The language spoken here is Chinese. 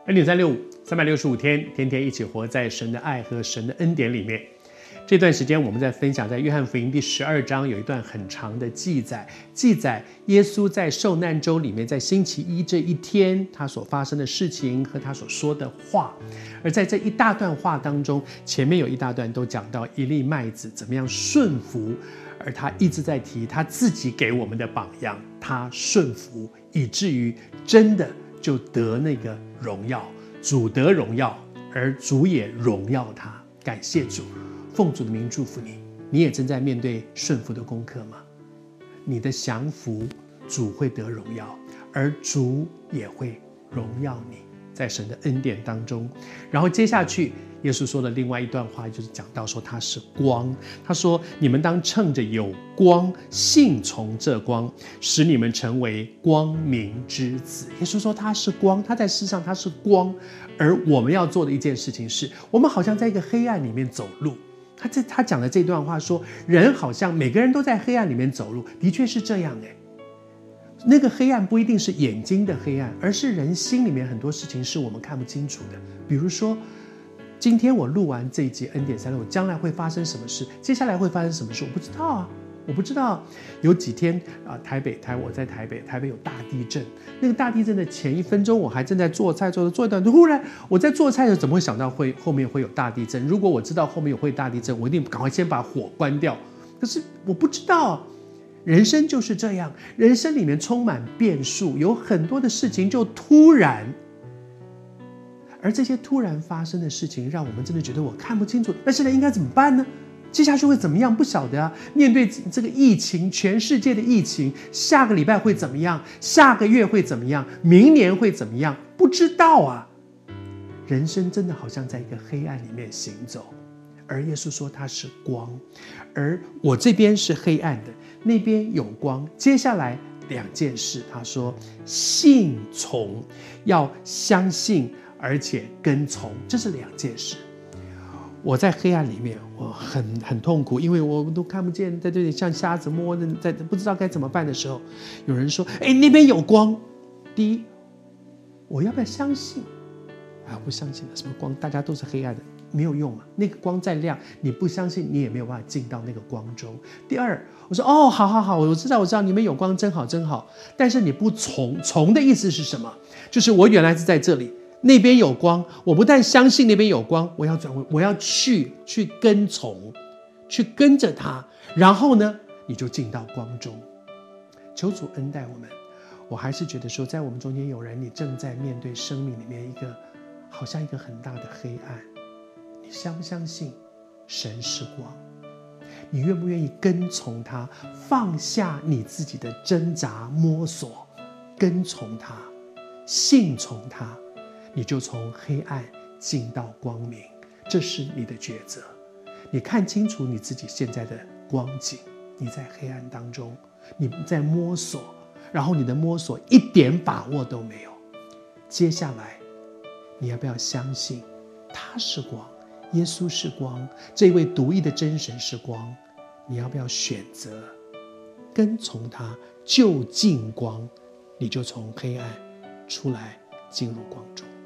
2.365，365天，天天一起活在神的爱和神的恩典里面。这段时间我们在分享，在约翰福音第12章有一段很长的记载耶稣在受难周里面，在星期一这一天他所发生的事情和他所说的话。而在这一大段话当中，前面有一大段都讲到一粒麦子怎么样顺服，而他一直在提他自己给我们的榜样，他顺服以至于真的就得那个荣耀，主得荣耀，而主也荣耀他。感谢主，奉主的名祝福你。你也正在面对顺服的功课吗？你的降服，主会得荣耀，而主也会荣耀你，在神的恩典当中。然后接下去耶稣说的另外一段话，就是讲到说他是光。他说你们当趁着有光，信从这光，使你们成为光明之子。耶稣说他是光，他在世上他是光，而我们要做的一件事情是，我们好像在一个黑暗里面走路。他讲的这段话说，人好像每个人都在黑暗里面走路，的确是这样那个黑暗不一定是眼睛的黑暗，而是人心里面很多事情是我们看不清楚的。比如说今天我录完这一集恩典365，我将来会发生什么事，接下来会发生什么事，我不知道啊。我不知道有几天我在台北有大地震，那个大地震的前1分钟我还正在做菜，做一段，忽然我在做菜的时候怎么会想到后面会有大地震？如果我知道后面会有大地震，我一定赶快先把火关掉。可是我不知道，人生就是这样，人生里面充满变数，有很多的事情就突然，而这些突然发生的事情让我们真的觉得我看不清楚，那现在应该怎么办呢？接下去会怎么样？不晓得啊。面对这个疫情，全世界的疫情，下个礼拜会怎么样？下个月会怎么样？明年会怎么样？不知道啊。人生真的好像在一个黑暗里面行走，而耶稣说他是光，而我这边是黑暗的，那边有光。接下来2件事，他说信从，要相信而且跟从，这是2件事。我在黑暗里面，我很痛苦，因为我都看不见，在这里像瞎子摸的，在不知道该怎么办的时候，有人说：“那边有光。”第一，我要不要相信？不相信了，什么光？大家都是黑暗的，没有用嘛。那个光再亮，你不相信，你也没有办法进到那个光中。第二，我说：“哦，好，我知道，你们有光，真好。”但是你不从的意思是什么？就是我原来是在这里。那边有光，我不但相信那边有光，我要转回，我要去跟从，去跟着他，然后呢，你就进到光中。求主恩待我们。我还是觉得说，在我们中间有人，你正在面对生命里面好像一个很大的黑暗，你相不相信神是光？你愿不愿意跟从他，放下你自己的挣扎摸索，跟从他，信从他，你就从黑暗进到光明。这是你的抉择。你看清楚你自己现在的光景，你在黑暗当中，你在摸索，然后你的摸索一点把握都没有。接下来你要不要相信他是光，耶稣是光，这位独一的真神是光？你要不要选择跟从他，就近光，你就从黑暗出来，进入光中。